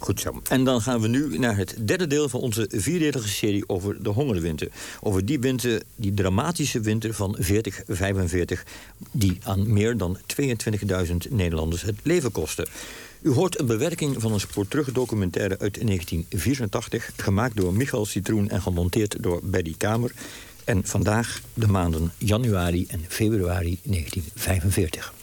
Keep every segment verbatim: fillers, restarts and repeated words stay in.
Goed zo. En dan gaan we nu naar het derde deel van onze vierdelige serie over de hongerwinter. Over die winter, die dramatische winter van veertig vijfenveertig... die aan meer dan tweeëntwintigduizend Nederlanders het leven kostte. U hoort een bewerking van een spoorterugdocumentaire uit negentien vierentachtig... gemaakt door Michal Citroen en gemonteerd door Betty Kamer. En vandaag de maanden januari en februari negentien vijfenveertig.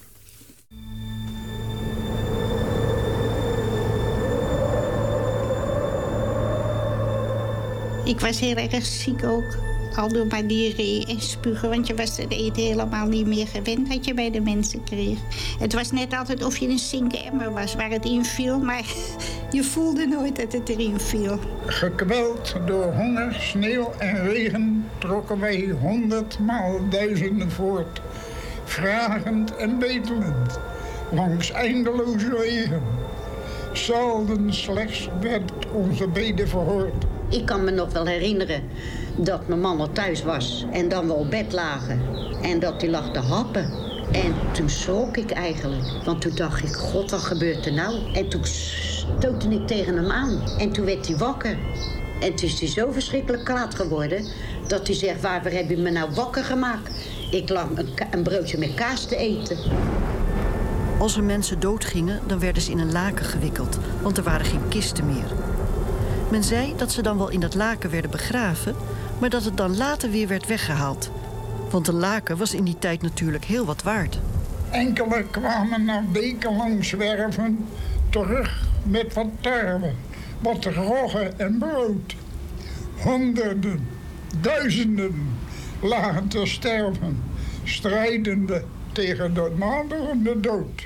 Ik was heel erg ziek ook. Al door mijn diarree en spugen. Want je was het eten helemaal niet meer gewend dat je bij de mensen kreeg. Het was net altijd of je een zinken emmer was waar het in viel. Maar je voelde nooit dat het erin viel. Gekweld door honger, sneeuw en regen trokken wij honderdmaal duizenden voort. Vragend en betelend, langs eindeloze wegen. Zelden slechts werd onze bede verhoord. Ik kan me nog wel herinneren dat mijn man al thuis was en dan we op bed lagen. En dat hij lag te happen. En toen schrok ik eigenlijk. Want toen dacht ik, god, wat gebeurt er nou? En toen stootte ik tegen hem aan. En toen werd hij wakker. En toen is hij zo verschrikkelijk kwaad geworden dat hij zegt, waarvoor heb je me nou wakker gemaakt? Ik lag een, een broodje met kaas te eten. Als er mensen doodgingen, dan werden ze in een laken gewikkeld, want er waren geen kisten meer. Men zei dat ze dan wel in dat laken werden begraven, maar dat het dan later weer werd weggehaald. Want een laken was in die tijd natuurlijk heel wat waard. Enkele kwamen na wekenlang zwerven terug met wat tarwe, wat rogge en brood. Honderden, duizenden lagen te sterven, strijdende tegen de naderende dood.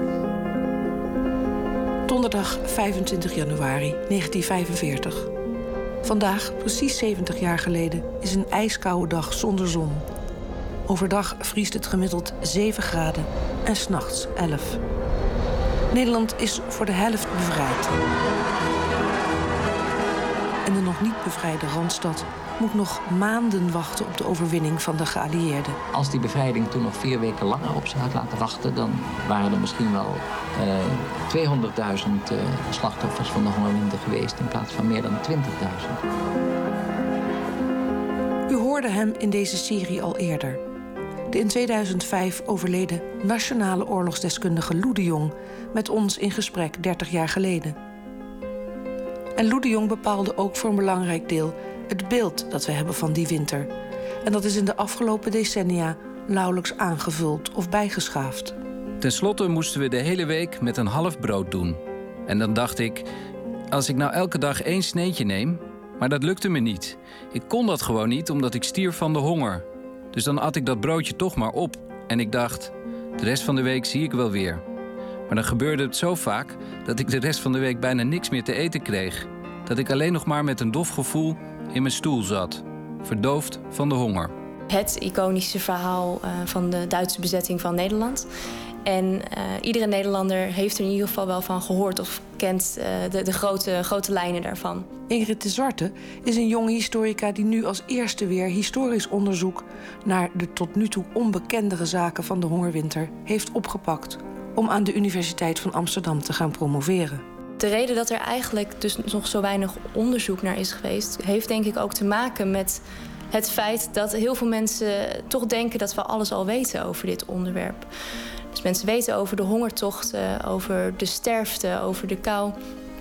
Donderdag vijfentwintig januari negentien vijfenveertig. Vandaag, precies zeventig jaar geleden, is een ijskoude dag zonder zon. Overdag vriest het gemiddeld zeven graden en 's nachts elf. Nederland is voor de helft bevrijd. En de nog niet bevrijde Randstad moet nog maanden wachten op de overwinning van de geallieerden. Als die bevrijding toen nog vier weken langer op zich had laten wachten, dan waren er misschien wel uh, tweehonderdduizend uh, slachtoffers van de hongerwinter geweest in plaats van meer dan twintigduizend. U hoorde hem in deze serie al eerder. De in tweeduizend vijf overleden nationale oorlogsdeskundige Lou de Jong met ons in gesprek dertig jaar geleden. En Lou de Jong bepaalde ook voor een belangrijk deel het beeld dat we hebben van die winter. En dat is in de afgelopen decennia nauwelijks aangevuld of bijgeschaafd. Ten slotte moesten we de hele week met een half brood doen. En dan dacht ik, als ik nou elke dag één sneetje neem... maar dat lukte me niet. Ik kon dat gewoon niet, omdat ik stierf van de honger. Dus dan at ik dat broodje toch maar op. En ik dacht, de rest van de week zie ik wel weer. Maar dan gebeurde het zo vaak dat ik de rest van de week bijna niks meer te eten kreeg. Dat ik alleen nog maar met een dof gevoel in mijn stoel zat. Verdoofd van de honger. Het iconische verhaal uh, van de Duitse bezetting van Nederland. En uh, iedere Nederlander heeft er in ieder geval wel van gehoord of kent uh, de, de grote, grote lijnen daarvan. Ingrid de Zwarte is een jonge historica die nu als eerste weer historisch onderzoek naar de tot nu toe onbekendere zaken van de hongerwinter heeft opgepakt om aan de Universiteit van Amsterdam te gaan promoveren. De reden dat er eigenlijk dus nog zo weinig onderzoek naar is geweest, heeft denk ik ook te maken met het feit dat heel veel mensen toch denken dat we alles al weten over dit onderwerp. Dus mensen weten over de hongertochten, over de sterfte, over de kou.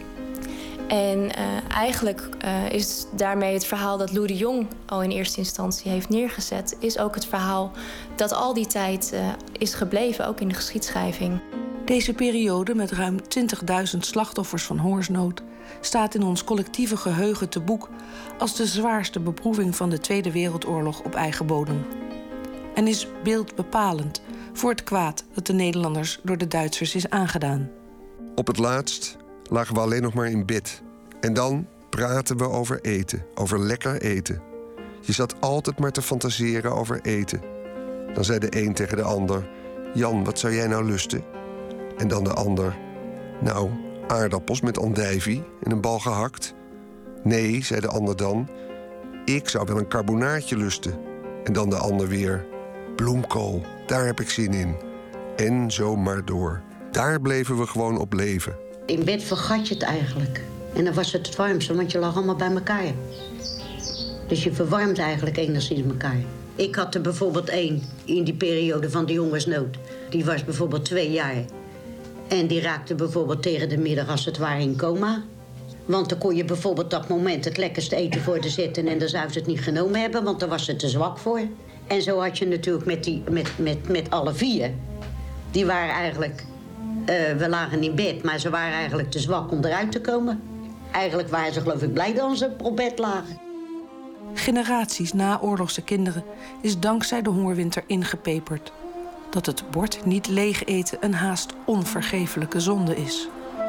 En uh, eigenlijk uh, is daarmee het verhaal dat Lou de Jong al in eerste instantie heeft neergezet, is ook het verhaal dat al die tijd uh, is gebleven, ook in de geschiedschrijving. Deze periode met ruim twintigduizend slachtoffers van hongersnood staat in ons collectieve geheugen te boek als de zwaarste beproeving van de Tweede Wereldoorlog op eigen bodem. En is beeldbepalend voor het kwaad dat de Nederlanders door de Duitsers is aangedaan. Op het laatst lagen we alleen nog maar in bed. En dan praten we over eten, over lekker eten. Je zat altijd maar te fantaseren over eten. Dan zei de een tegen de ander, Jan, wat zou jij nou lusten? En dan de ander, nou, aardappels met andijvie en een bal gehakt. Nee, zei de ander dan, ik zou wel een carbonaatje lusten. En dan de ander weer, bloemkool, daar heb ik zin in. En zo maar door. Daar bleven we gewoon op leven. In bed vergat je het eigenlijk. En dan was het het warmste, want je lag allemaal bij elkaar. Dus je verwarmt eigenlijk enigszins elkaar. Ik had er bijvoorbeeld één in die periode van de hongersnood. Die was bijvoorbeeld twee jaar. En die raakte bijvoorbeeld tegen de middag als het ware in coma. Want dan kon je bijvoorbeeld dat moment het lekkerste eten voor de zetten... en dan zou ze het niet genomen hebben, want daar was ze te zwak voor. En zo had je natuurlijk met, die, met, met, met alle vier. Die waren eigenlijk... Uh, we lagen in bed, maar ze waren eigenlijk te zwak om eruit te komen. Eigenlijk waren ze geloof ik blij dat ze op bed lagen. Generaties naoorlogse kinderen is dankzij de hongerwinter ingepeperd. Dat het bord niet leeg eten een haast onvergeeflijke zonde is.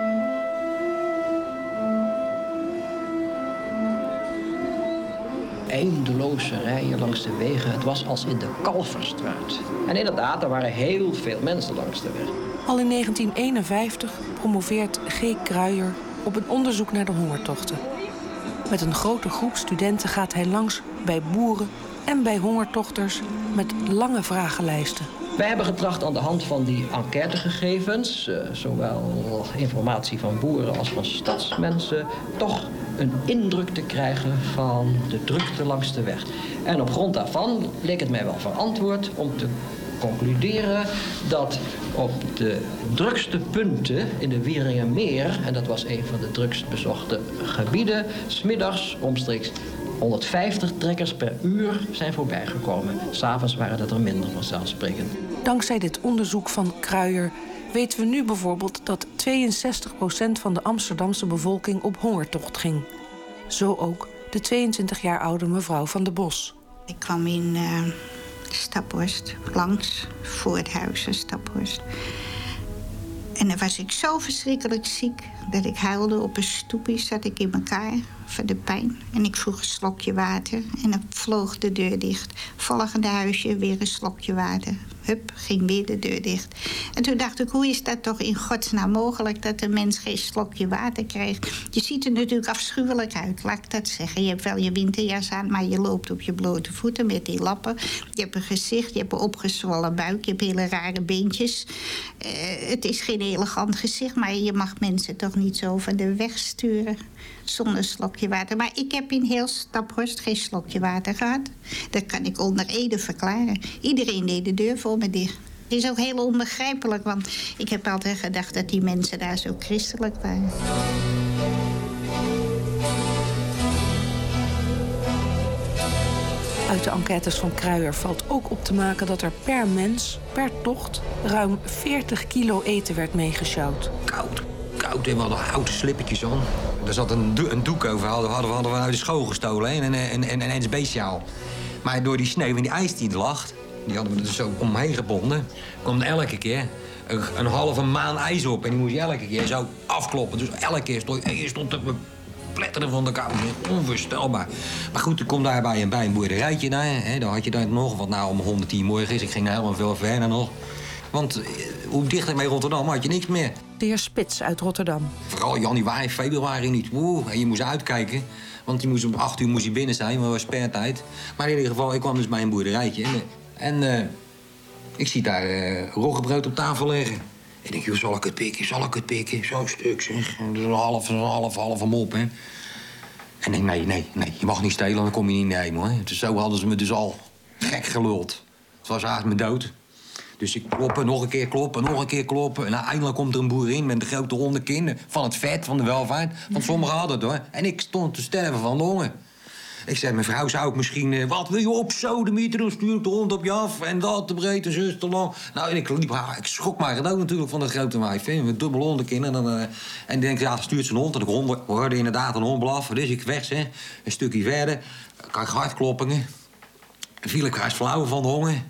Eindeloze rijen langs de wegen. Het was als in de Kalverstraat. En inderdaad, er waren heel veel mensen langs de weg. Al in negentien eenenvijftig promoveert G. Kruijer op een onderzoek naar de hongertochten. Met een grote groep studenten gaat hij langs bij boeren en bij hongertochters met lange vragenlijsten. Wij hebben getracht aan de hand van die enquêtegegevens, uh, zowel informatie van boeren als van stadsmensen, toch een indruk te krijgen van de drukte langs de weg. En op grond daarvan leek het mij wel verantwoord om te concluderen dat op de drukste punten in de Wieringermeer, en dat was een van de drukst bezochte gebieden, 's middags omstreeks honderdvijftig trekkers per uur zijn voorbijgekomen. 's Avonds waren dat er minder, vanzelfsprekend. Dankzij dit onderzoek van Kruijer weten we nu bijvoorbeeld dat tweeënzestig procent van de Amsterdamse bevolking op hongertocht ging. Zo ook de tweeëntwintig jaar oude mevrouw van de Bos. Ik kwam in uh, Staphorst, langs, voor het huis in Staphorst. En dan was ik zo verschrikkelijk ziek dat ik huilde. Op een stoepje zat ik in elkaar van de pijn. En ik vroeg een slokje water en dan vloog de deur dicht. Volgende huisje weer een slokje water. Hup, ging weer de deur dicht. En toen dacht ik, hoe is dat toch in godsnaam mogelijk dat een mens geen slokje water krijgt? Je ziet er natuurlijk afschuwelijk uit, laat ik dat zeggen. Je hebt wel je winterjas aan, maar je loopt op je blote voeten met die lappen. Je hebt een gezicht, je hebt een opgezwollen buik, je hebt hele rare beentjes. Uh, het is geen elegant gezicht, maar je mag mensen toch niet zo van de weg sturen zonder slokje water. Maar ik heb in heel Staphorst geen slokje water gehad. Dat kan ik onder ede verklaren. Iedereen deed de deur voor me dicht. Het is ook heel onbegrijpelijk, want ik heb altijd gedacht dat die mensen daar zo christelijk waren. Uit de enquêtes van Kruijer valt ook op te maken dat er per mens, per tocht, ruim veertig kilo eten werd meegesjouwd. Koud, koud en we hadden houten slippertjes aan. Er zat een, do een doek over, hadden, hadden, hadden we uit de school gestolen, hè? En, en, en, en een S B-sjaal. Maar door die sneeuw en die ijs die er lag, die hadden we er zo omheen gebonden, kwam er elke keer een, een halve maan ijs op. En die moest je elke keer zo afkloppen. Dus elke keer stond je stond te pletteren van de kou. Onvoorstelbaar. Maar goed, ik kom daar bij een, bij een boerderijtje naar. Hè? Dan had je daar nog, wat nou om honderdtien morgen is. Ik ging helemaal veel verder nog. Want hoe dichter bij Rotterdam had je niks meer. De heer Spits uit Rotterdam. Vooral januari, februari niet. Oeh, en je moest uitkijken. Want je moest om acht uur moest je binnen zijn, maar dat was spertijd. Maar in ieder geval, ik kwam dus bij een boerderijtje. En, en uh, ik zie daar uh, roggebrood op tafel liggen. Ik denk, joh, zal ik het pikken, zal ik het pikken? Zo'n stuk, zeg. Dus een half, een half, half mop, hè. En ik denk, nee, nee, nee, je mag niet stelen, dan kom je niet nemen, hoor. Dus zo hadden ze me dus al gek geluld. Het was haast me dood. Dus ik kloppen, nog een keer kloppen, nog een keer kloppen. En eindelijk komt er een boerin met een grote ronde kin van het vet, van de welvaart. Want sommigen hadden het, hoor. En ik stond te sterven van de honger. Ik zei, mevrouw, zou ik misschien... Uh, wat wil je op sodemieter? Dan stuur ik de hond op je af. En dat te breed en zus te lang. Nou, en ik liep haar. Ik schrok maar gedood natuurlijk van de grote wijf. Met dubbel hondenkin. En dan uh, en ik denk, ja, dan stuurt ze een hond. En ik hoorde inderdaad een hond blaffen. Dus ik weg, zeg. Een stukje verder. Kan ik hartkloppingen. Viel ik haast flauw van de honger.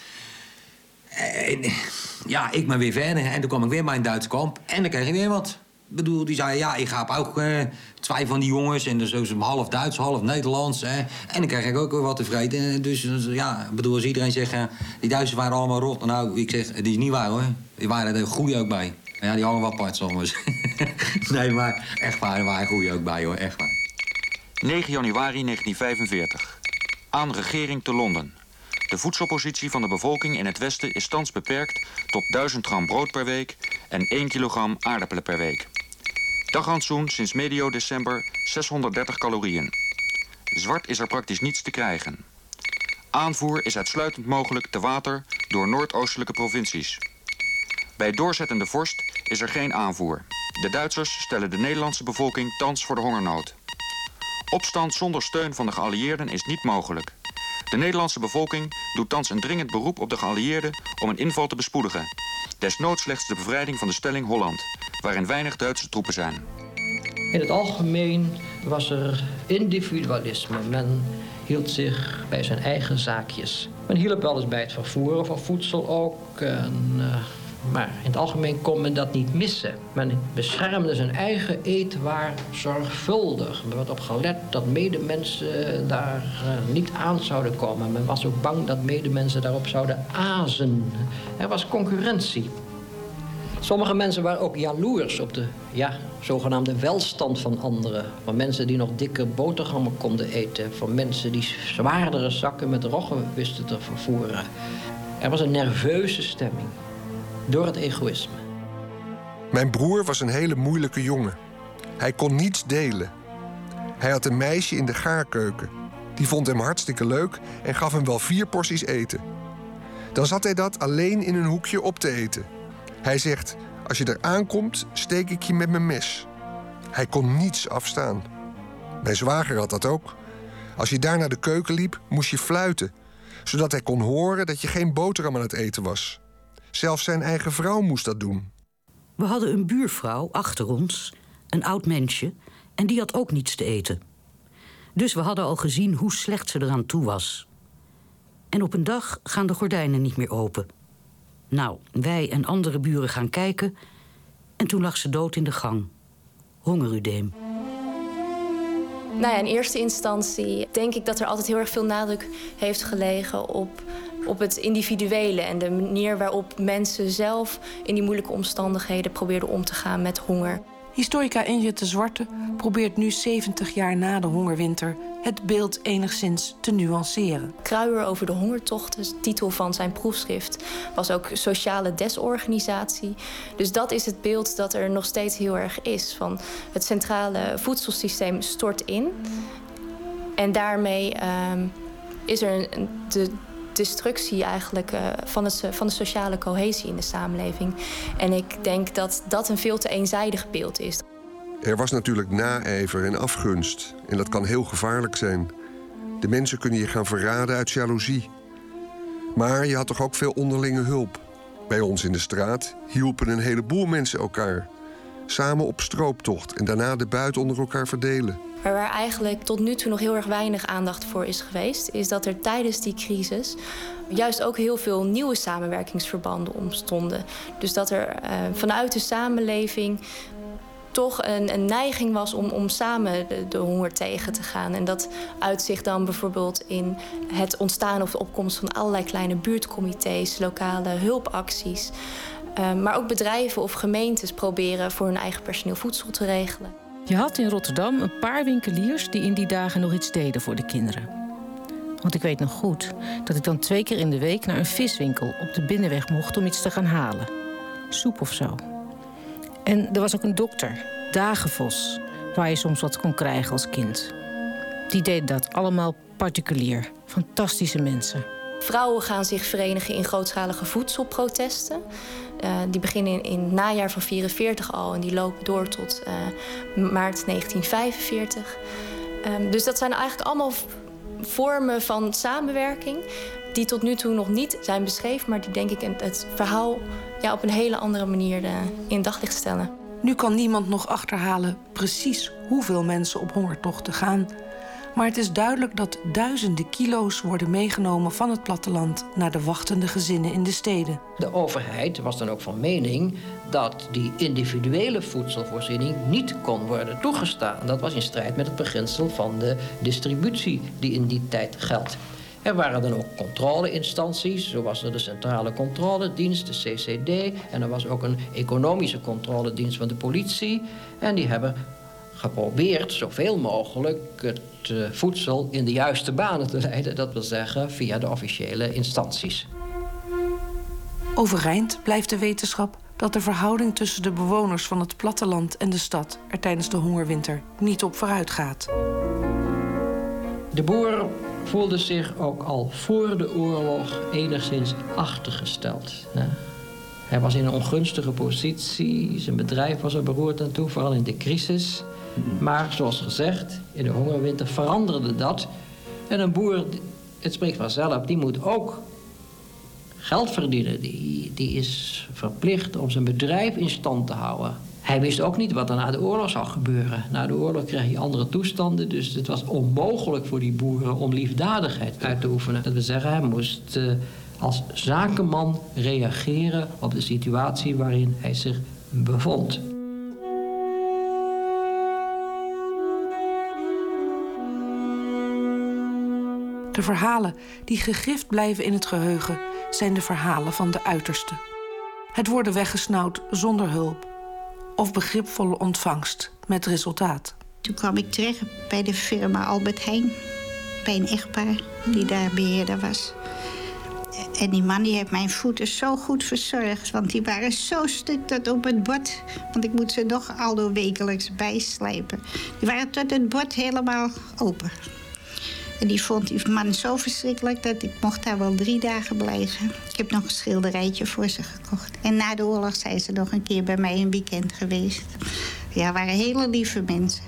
En ja, ik maar weer verder. En toen kwam ik weer bij een Duitse kamp. En dan kreeg ik weer wat. Ik bedoel, die zei, ja, ik ga ook uh, twee van die jongens. En dus half Duits, half Nederlands. Hè. En dan kreeg ik ook weer wat te vreten. Dus ja, ik bedoel, als iedereen zegt, uh, die Duitsers waren allemaal rot. Nou, ik zeg, die is niet waar, hoor. Die waren er goeie ook bij. Ja, die hangen wel apart soms. Nee, maar echt waar, er waren goeie ook bij, hoor. Echt waar. negen januari negentien vijfenveertig. Aan regering te Londen. De voedselpositie van de bevolking in het Westen is thans beperkt tot duizend gram brood per week en één kilogram aardappelen per week. Dagrantsoen sinds medio december zeshonderddertig calorieën. Zwart is er praktisch niets te krijgen. Aanvoer is uitsluitend mogelijk te water door noordoostelijke provincies. Bij doorzettende vorst is er geen aanvoer. De Duitsers stellen de Nederlandse bevolking thans voor de hongernood. Opstand zonder steun van de geallieerden is niet mogelijk. De Nederlandse bevolking doet thans een dringend beroep op de geallieerden om een inval te bespoedigen. Desnoods slechts de bevrijding van de stelling Holland, waarin weinig Duitse troepen zijn. In het algemeen was er individualisme. Men hield zich bij zijn eigen zaakjes. Men hielp wel eens bij het vervoeren van voedsel ook. En, uh, maar in het algemeen kon men dat niet missen. Men beschermde zijn eigen eetwaar zorgvuldig. Er werd op gelet dat medemensen daar uh, niet aan zouden komen. Men was ook bang dat medemensen daarop zouden azen. Er was concurrentie. Sommige mensen waren ook jaloers op de ja, zogenaamde welstand van anderen. Van mensen die nog dikke boterhammen konden eten. Van mensen die zwaardere zakken met rogge wisten te vervoeren. Er was een nerveuze stemming. Door het egoïsme. Mijn broer was een hele moeilijke jongen. Hij kon niets delen. Hij had een meisje in de gaarkeuken. Die vond hem hartstikke leuk en gaf hem wel vier porties eten. Dan zat hij dat alleen in een hoekje op te eten. Hij zegt, als je er aankomt, steek ik je met mijn mes. Hij kon niets afstaan. Mijn zwager had dat ook. Als je daar naar de keuken liep, moest je fluiten. Zodat hij kon horen dat je geen boterham aan het eten was. Zelfs zijn eigen vrouw moest dat doen. We hadden een buurvrouw achter ons, een oud mensje, en die had ook niets te eten. Dus we hadden al gezien hoe slecht ze eraan toe was. En op een dag gaan de gordijnen niet meer open. Nou, wij en andere buren gaan kijken en toen lag ze dood in de gang. Hongerudeem. Nou ja, in eerste instantie denk ik dat er altijd heel erg veel nadruk heeft gelegen op, op het individuele en de manier waarop mensen zelf in die moeilijke omstandigheden probeerden om te gaan met honger. Historica Ingrid de Zwarte probeert nu zeventig jaar na de hongerwinter het beeld enigszins te nuanceren. Kruijer over de hongertocht, de titel van zijn proefschrift, was ook sociale desorganisatie. Dus dat is het beeld dat er nog steeds heel erg is. Van het centrale voedselsysteem stort in. En daarmee um, is er een, de destructie eigenlijk uh, van, het, van de sociale cohesie in de samenleving. En ik denk dat dat een veel te eenzijdig beeld is. Er was natuurlijk naijver en afgunst. En dat kan heel gevaarlijk zijn. De mensen kunnen je gaan verraden uit jaloezie. Maar je had toch ook veel onderlinge hulp. Bij ons in de straat hielpen een heleboel mensen elkaar. Samen op strooptocht en daarna de buit onder elkaar verdelen. Maar waar eigenlijk tot nu toe nog heel erg weinig aandacht voor is geweest, is dat er tijdens die crisis juist ook heel veel nieuwe samenwerkingsverbanden ontstonden. Dus dat er uh, vanuit de samenleving toch een, een neiging was om, om samen de, de honger tegen te gaan. En dat uitzicht dan bijvoorbeeld in het ontstaan of de opkomst van allerlei kleine buurtcomité's, lokale hulpacties. Uh, maar ook bedrijven of gemeentes proberen voor hun eigen personeel voedsel te regelen. Je had in Rotterdam een paar winkeliers die in die dagen nog iets deden voor de kinderen. Want ik weet nog goed dat ik dan twee keer in de week naar een viswinkel op de binnenweg mocht om iets te gaan halen. Soep of zo. En er was ook een dokter, Dagenvos, waar je soms wat kon krijgen als kind. Die deden dat allemaal particulier. Fantastische mensen. Vrouwen gaan zich verenigen in grootschalige voedselprotesten. Uh, die beginnen in, in het najaar van vierenveertig al en die lopen door tot uh, maart negentien vijfenveertig. Um, dus dat zijn eigenlijk allemaal vormen van samenwerking die tot nu toe nog niet zijn beschreven, maar die denk ik het verhaal ja, op een hele andere manier uh, in daglicht stellen. Nu kan niemand nog achterhalen precies hoeveel mensen op hongertochten gaan. Maar het is duidelijk dat duizenden kilo's worden meegenomen van het platteland naar de wachtende gezinnen in de steden. De overheid was dan ook van mening dat die individuele voedselvoorziening niet kon worden toegestaan. Dat was in strijd met het beginsel van de distributie die in die tijd geldt. Er waren dan ook controleinstanties, zo was er de Centrale Controledienst, de C C D, en er was ook een economische controledienst van de politie. En die hebben geprobeerd zoveel mogelijk het uh, voedsel in de juiste banen te leiden. Dat wil zeggen via de officiële instanties. Overeind blijft de wetenschap dat de verhouding tussen de bewoners van het platteland en de stad er tijdens de hongerwinter niet op vooruit gaat. De boer voelde zich ook al voor de oorlog enigszins achtergesteld. Hè? Hij was in een ongunstige positie, zijn bedrijf was er beroerd aan toe, vooral in de crisis. Maar zoals gezegd, in de hongerwinter veranderde dat. En een boer, het spreekt vanzelf, die moet ook geld verdienen. Die, die is verplicht om zijn bedrijf in stand te houden. Hij wist ook niet wat er na de oorlog zou gebeuren. Na de oorlog kreeg hij andere toestanden, dus het was onmogelijk voor die boeren om liefdadigheid uit te oefenen. Dat wil zeggen, hij moest uh, als zakenman reageren op de situatie waarin hij zich bevond. De verhalen die gegrift blijven in het geheugen zijn de verhalen van de uitersten. Het worden weggesnauwd zonder hulp of begripvolle ontvangst met resultaat. Toen kwam ik terecht bij de firma Albert Heijn, bij een echtpaar die daar beheerder was. En die man die heeft mijn voeten zo goed verzorgd, want die waren zo stuk tot op het bot. Want ik moet ze nog aldo wekelijks bijslijpen. Die waren tot het bot helemaal open. En die vond die man zo verschrikkelijk dat ik mocht daar wel drie dagen blijven. Ik heb nog een schilderijtje voor ze gekocht. En na de oorlog zijn ze nog een keer bij mij een weekend geweest. Ja, waren hele lieve mensen.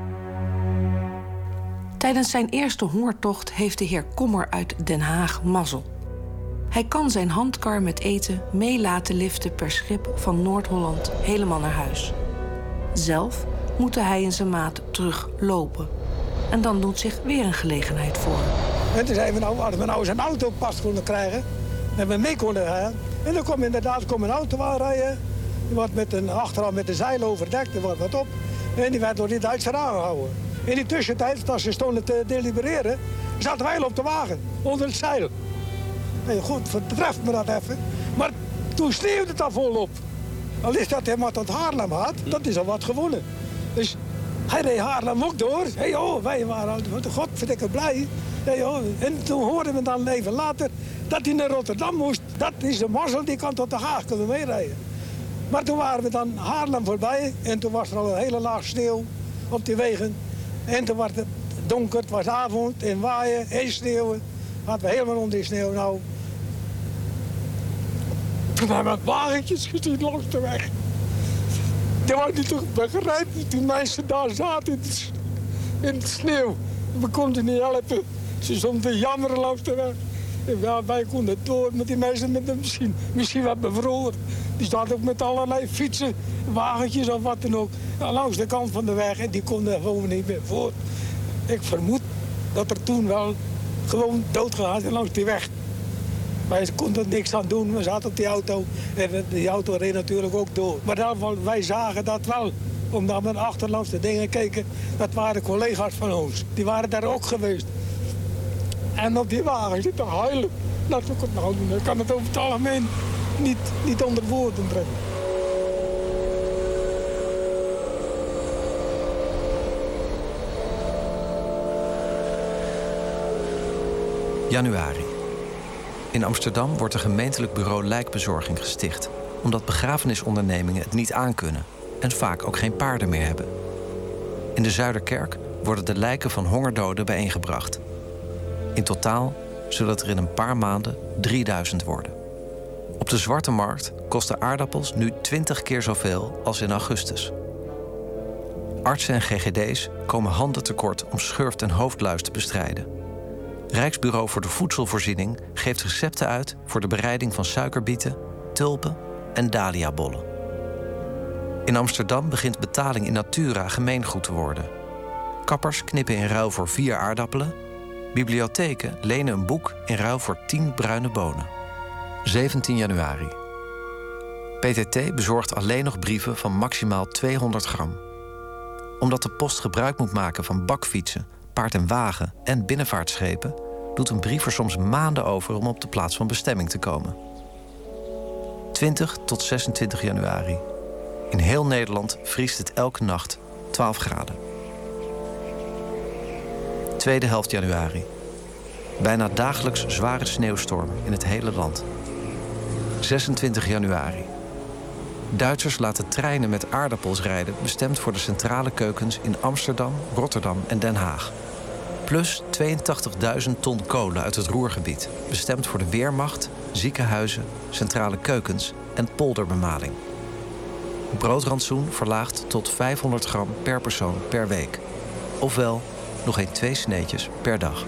Tijdens zijn eerste hongertocht heeft de heer Kommer uit Den Haag mazzel. Hij kan zijn handkar met eten mee laten liften per schip van Noord-Holland helemaal naar huis. Zelf moet hij en zijn maat teruglopen. En dan doet zich weer een gelegenheid voor. En toen zeiden we, nou, als we nou eens een auto pas konden krijgen, en we mee konden gaan. En dan kwam inderdaad kom een auto aanrijden. Die wordt met een, achteraf met een zeil overdekt, er wordt wat op. En die werd door die Duitsers aangehouden. In die tussentijd, als ze stonden te delibereren, zaten wij al op de wagen, onder het zeil. En goed, betreft me dat even. Maar toen sneeuwde het al volop. Al is dat helemaal tot Haarlem had, dat is al wat gewonnen. Dus hij reed Haarlem ook door. Hey, joh, wij waren al godverdikke blij. Hey, joh. En toen hoorden we dan even later dat hij naar Rotterdam moest. Dat is de mazzel, die kan tot de Haag kunnen meerijden. Maar toen waren we dan Haarlem voorbij. En toen was er al een hele laag sneeuw op die wegen. En toen werd het donker, het was avond en waaien en sneeuwen. Hadden we helemaal onder die sneeuw. Nou, toen hebben we wagentjes gezien langs de weg. Die waren niet toch begrijpen toen mensen daar zaten in het, in het sneeuw. We konden niet helpen. Ze stonden te jammeren langs de weg. En ja, wij konden door met die mensen met de misschien, misschien wat bevroren. Die zaten ook met allerlei fietsen, wagentjes of wat dan ook. Ja, langs de kant van de weg en die konden gewoon niet meer voor. Ik vermoed dat er toen wel gewoon doodgegaan zijn langs die weg. Wij konden er niks aan doen, we zaten op die auto en die auto reed natuurlijk ook door. Maar dan, wij zagen dat wel, omdat we achterlangs de dingen keken. Dat waren collega's van ons, die waren daar ook geweest. En op die wagen zitten huilen. Laten we het nou doen, ik kan het over het algemeen niet, niet onder woorden brengen. Januari. In Amsterdam wordt een gemeentelijk bureau lijkbezorging gesticht, omdat begrafenisondernemingen het niet aankunnen en vaak ook geen paarden meer hebben. In de Zuiderkerk worden de lijken van hongerdoden bijeengebracht. In totaal zullen het er in een paar maanden drieduizend worden. Op de Zwarte Markt kosten aardappels nu twintig keer zoveel als in augustus. Artsen en G G D's komen handen tekort om schurft en hoofdluis te bestrijden. Rijksbureau voor de Voedselvoorziening geeft recepten uit voor de bereiding van suikerbieten, tulpen en dahliabollen. In Amsterdam begint betaling in natura gemeengoed te worden. Kappers knippen in ruil voor vier aardappelen. Bibliotheken lenen een boek in ruil voor tien bruine bonen. zeventien januari. P T T bezorgt alleen nog brieven van maximaal tweehonderd gram. Omdat de post gebruik moet maken van bakfietsen, paard en wagen en binnenvaartschepen, doet een brief er soms maanden over om op de plaats van bestemming te komen. twintig tot zesentwintig januari. In heel Nederland vriest het elke nacht twaalf graden. Tweede helft januari. Bijna dagelijks zware sneeuwstormen in het hele land. zesentwintig januari. Duitsers laten treinen met aardappels rijden... bestemd voor de centrale keukens in Amsterdam, Rotterdam en Den Haag. Plus tweeëntachtigduizend ton kolen uit het Ruhrgebied... bestemd voor de Wehrmacht, ziekenhuizen, centrale keukens en polderbemaling. Broodrantsoen verlaagd tot vijfhonderd gram per persoon per week. Ofwel nog geen twee sneetjes per dag.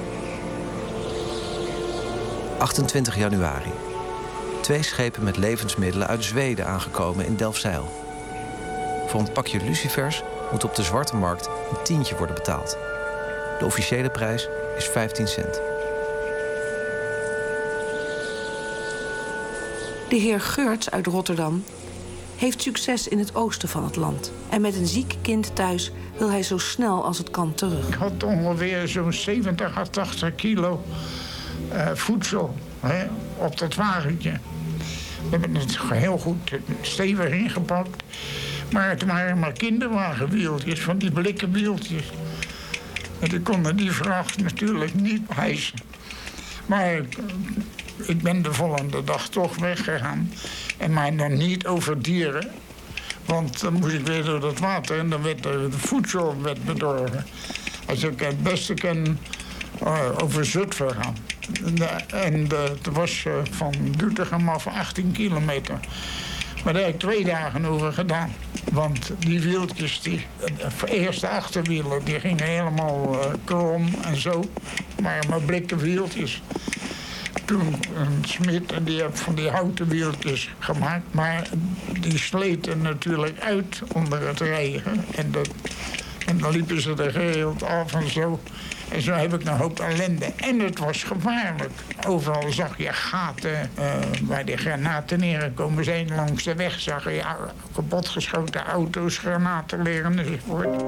achtentwintig januari. Twee schepen met levensmiddelen uit Zweden aangekomen in Delfzijl. Voor een pakje lucifers moet op de zwarte markt een tientje worden betaald. De officiële prijs is vijftien cent. De heer Geurts uit Rotterdam heeft succes in het oosten van het land. En met een ziek kind thuis wil hij zo snel als het kan terug. Ik had ongeveer zo'n zeventig à tachtig kilo uh, voedsel hè, op dat wagentje. We hebben het heel goed stevig ingepakt. Maar het waren maar kinderwagenwieltjes, van die blikken wieltjes. En die konden die vracht natuurlijk niet hijsen. Maar ik ben de volgende dag toch weggegaan. En maar nog niet over dieren. Want dan moest ik weer door het water en dan werd de voedsel werd bedorven. Als ik het beste kan uh, over Zutphen gaan. En het was uh, van Doetinchem af achttien kilometer. Maar daar heb ik twee dagen over gedaan. Want die wieltjes, die de eerste achterwielen, die gingen helemaal uh, krom en zo. Maar mijn blikken wieltjes. Toen een smid en die heeft van die houten wieltjes gemaakt. Maar die sleten natuurlijk uit onder het rijden. En, dat, en dan liepen ze er geheeld af en zo. En zo heb ik een hoop ellende. En het was gevaarlijk. Overal zag je gaten uh, waar die granaten neergekomen zijn. Langs de weg zag je ja, kapotgeschoten auto's, granaten liggen enzovoort.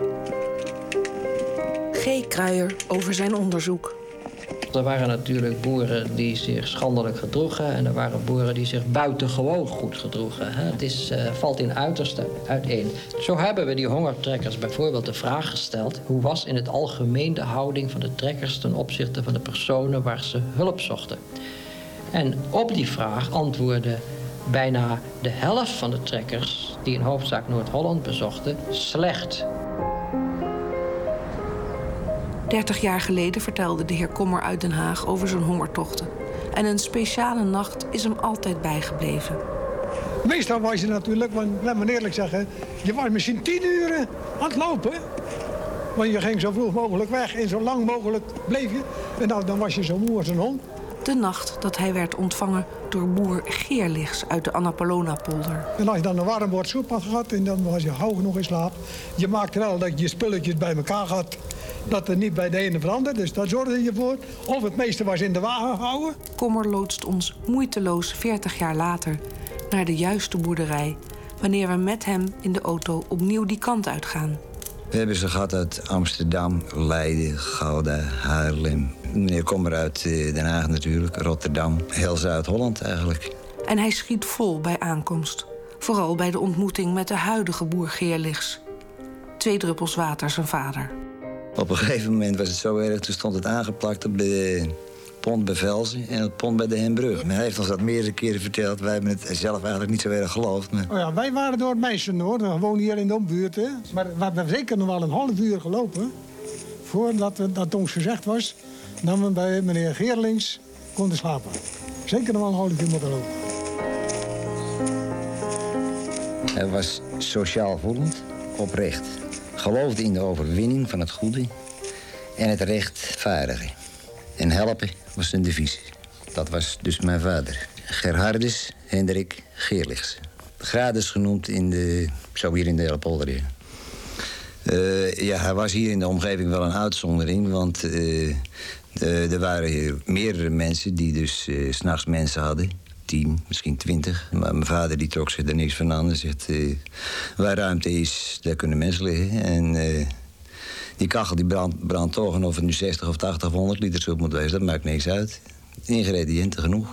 G. Kruijer over zijn onderzoek. Er waren natuurlijk boeren die zich schandelijk gedroegen... en er waren boeren die zich buitengewoon goed gedroegen. Het is, uh, valt in uiterste uiteen. Zo hebben we die hongertrekkers bijvoorbeeld de vraag gesteld... hoe was in het algemeen de houding van de trekkers... ten opzichte van de personen waar ze hulp zochten. En op die vraag antwoordde bijna de helft van de trekkers... die in hoofdzaak Noord-Holland bezochten, slecht... dertig jaar geleden vertelde de heer Kommer uit Den Haag over zijn hongertochten. En een speciale nacht is hem altijd bijgebleven. Meestal was je natuurlijk, want laat me eerlijk zeggen... je was misschien tien uur aan het lopen. Want je ging zo vroeg mogelijk weg en zo lang mogelijk bleef je. En dan, dan was je zo moe als een hond. De nacht dat hij werd ontvangen door boer Geerlichs uit de Annapolona-polder. En als je dan een warm bord soep had gehad en dan was je hoog nog in slaap... je maakte wel dat je spulletjes bij elkaar had... dat er niet bij de ene veranderde, dus daar zorgde je voor. Of het meeste was in de wagen gehouden. Kommer loodst ons moeiteloos veertig jaar later naar de juiste boerderij... wanneer we met hem in de auto opnieuw die kant uitgaan. We hebben ze gehad uit Amsterdam, Leiden, Gouda, Haarlem. Meneer Kommer uit Den Haag natuurlijk, Rotterdam. Heel Zuid-Holland eigenlijk. En hij schiet vol bij aankomst. Vooral bij de ontmoeting met de huidige boer Geerlichs. Twee druppels water zijn vader. Op een gegeven moment was het zo erg, toen stond het aangeplakt op de pont bij Velzen en het pont bij de Hembrug. Maar hij heeft ons dat meerdere keren verteld. Wij hebben het zelf eigenlijk niet zo erg geloofd. Maar... Oh ja, wij waren door het meisje hoor, we wonen hier in de ombuurt. Hè. Maar we hebben zeker nog wel een half uur gelopen voordat we, dat ons gezegd was, dat we bij meneer Geerlings konden slapen. Zeker nog wel een half uur moeten lopen. Hij was sociaal voelend, oprecht. Geloofde in de overwinning van het goede en het rechtvaardige. En helpen was zijn devies. Dat was dus mijn vader. Gerhardus Hendrik Geerlichs. Gradus genoemd in de, zo hier in de hele polder. Ja. Uh, ja, hij was hier in de omgeving wel een uitzondering, want uh, de, er waren hier meerdere mensen die dus uh, 's nachts mensen hadden. Tien, misschien twintig. Maar mijn vader die trok zich er niks van aan. Hij zegt, uh, waar ruimte is, daar kunnen mensen liggen. En uh, die kachel die brandt brand toch. En of het nu zestig of tachtig of honderd liter soep moet wezen, dat maakt niks uit. Ingrediënten genoeg.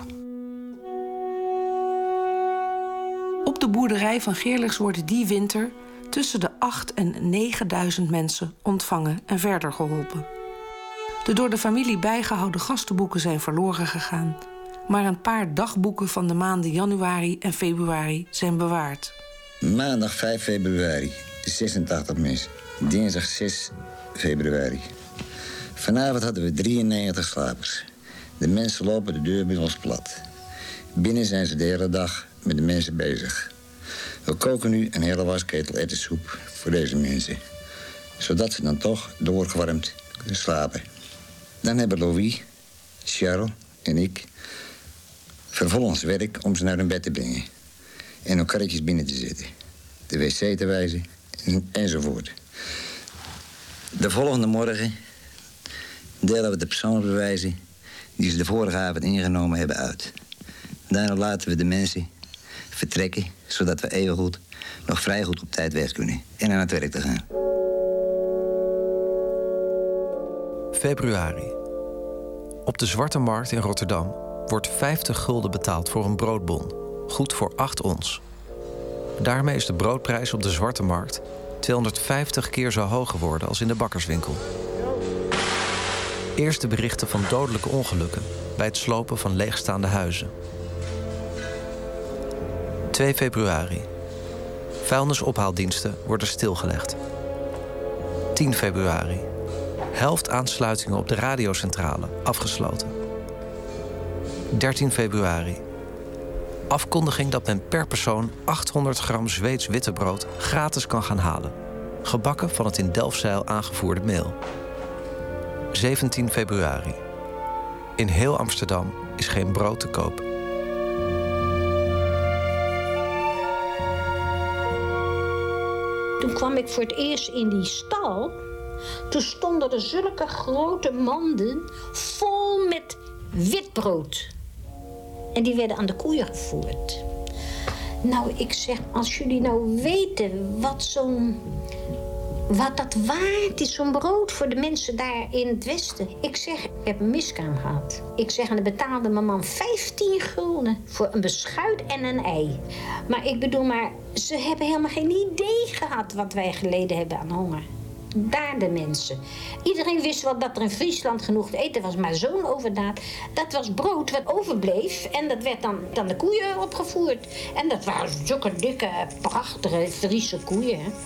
Op de boerderij van Geerlichs worden die winter tussen de acht en negenduizend mensen ontvangen en verder geholpen. De door de familie bijgehouden gastenboeken zijn verloren gegaan. maar een paar dagboeken van de maanden januari en februari zijn bewaard. Maandag vijf februari, zesentachtig mensen. Dinsdag zes februari. Vanavond hadden we drieënnegentig slapers. De mensen lopen de deur bij ons plat. Binnen zijn ze de hele dag met de mensen bezig. We koken nu een hele wasketel ettensoep voor deze mensen. Zodat ze dan toch doorgewarmd kunnen slapen. Dan hebben Louis, Charles en ik vervolgens werk om ze naar hun bed te brengen. En hun karretjes binnen te zetten. De wc te wijzen en, enzovoort. De volgende morgen delen we de persoonsbewijzen die ze de vorige avond ingenomen hebben uit. Daarna laten we de mensen vertrekken, zodat we evengoed nog vrij goed op tijd weg kunnen en aan het werk te gaan. Februari. Op de Zwarte Markt in Rotterdam wordt vijftig gulden betaald voor een broodbon. Goed voor acht ons. Daarmee is de broodprijs op de Zwarte Markt tweehonderdvijftig keer zo hoog geworden als in de bakkerswinkel. Eerste berichten van dodelijke ongelukken bij het slopen van leegstaande huizen. twee februari. Vuilnisophaaldiensten worden stilgelegd. tien februari. Helft aansluitingen op de radiocentrale afgesloten. dertien februari. Afkondiging dat men per persoon achthonderd gram Zweeds wittebrood gratis kan gaan halen. Gebakken van het in Delfzijl aangevoerde meel. zeventien februari. In heel Amsterdam is geen brood te koop. Toen kwam ik voor het eerst in die stal. Toen stonden er zulke grote manden vol met witbrood. En die werden aan de koeien gevoerd. Nou, ik zeg, als jullie nou weten wat zo'n... wat dat waard is, zo'n brood voor de mensen daar in het westen. Ik zeg, ik heb een miskraam gehad. Ik zeg, en dan betaalde mijn man vijftien gulden voor een beschuit en een ei. Maar ik bedoel, maar ze hebben helemaal geen idee gehad wat wij geleden hebben aan honger. Daar de mensen. Iedereen wist wel dat er in Friesland genoeg te eten was, maar zo'n overdaad. Dat was brood wat overbleef en dat werd dan, dan de koeien opgevoerd. En dat waren zulke dikke, prachtige Friese koeien. Hè?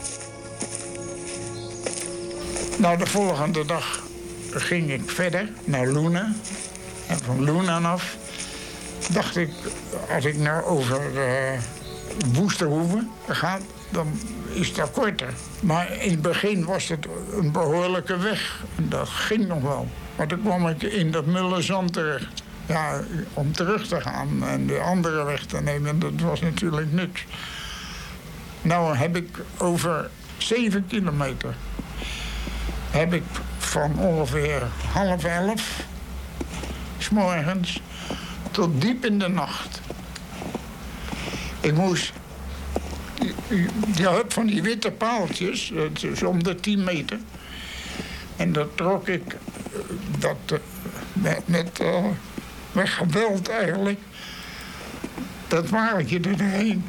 Nou, de volgende dag ging ik verder naar Loenen. En van Loenen af dacht ik, als ik nou over uh, Woesterhoeve ga, dan is dat korter. Maar in het begin was het een behoorlijke weg. En dat ging nog wel. Maar toen kwam ik in dat Mullenzand terecht. Ja, om terug te gaan en de andere weg te nemen, dat was natuurlijk niks. Nou heb ik over zeven kilometer... heb ik van ongeveer half elf... 's morgens tot diep in de nacht. Ik moest... Je had van die witte paaltjes, dat is om de tien meter. En dat trok ik dat, met, met, uh, met geweld eigenlijk, dat wagentje erheen.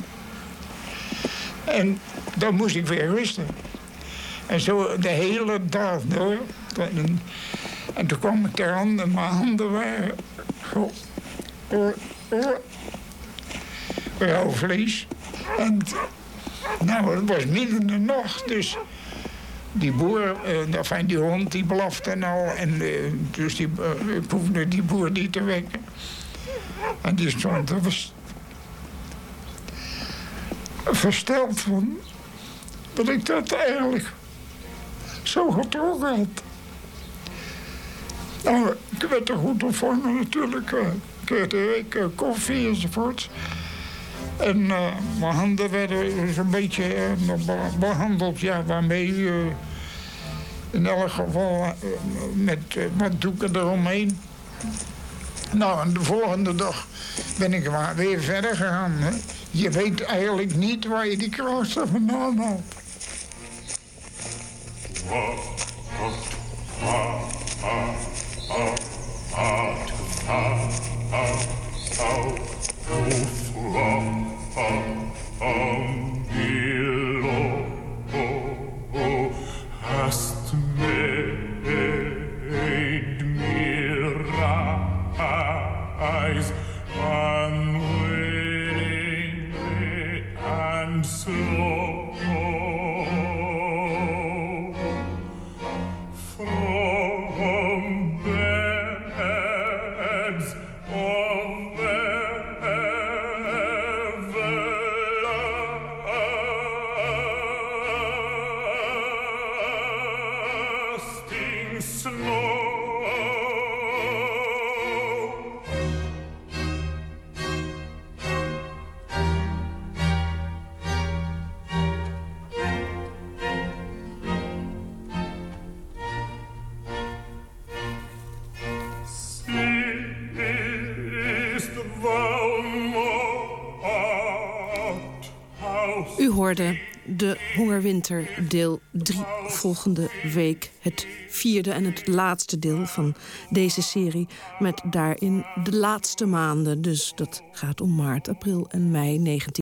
En dan moest ik weer rusten. En zo de hele dag door. En, en toen kwam ik eraan en mijn handen waren rauw vlees. En nou, het was midden in de nacht, dus die boer, uh, enfin, die hond, die blafte en al. En uh, dus die, uh, ik hoefde die boer niet te wekken. En die stond er was versteld van dat ik dat eigenlijk zo getrokken had. Nou, ik werd er goed ontvangen natuurlijk. Uh, ik kreeg de week uh, koffie enzovoort. En uh, mijn handen werden zo'n beetje uh, behandeld, ja, waarmee uh, in elk geval uh, met uh, wat doeken eromheen. Nou, en de volgende dag ben ik weer verder gegaan. Hè. Je weet eigenlijk niet waar je die kracht vandaan haalt. Hast made me rise U hoorde De Hongerwinter deel drie. Volgende week het vierde en het laatste deel van deze serie. Met daarin de laatste maanden. Dus dat gaat om maart, april en mei negentien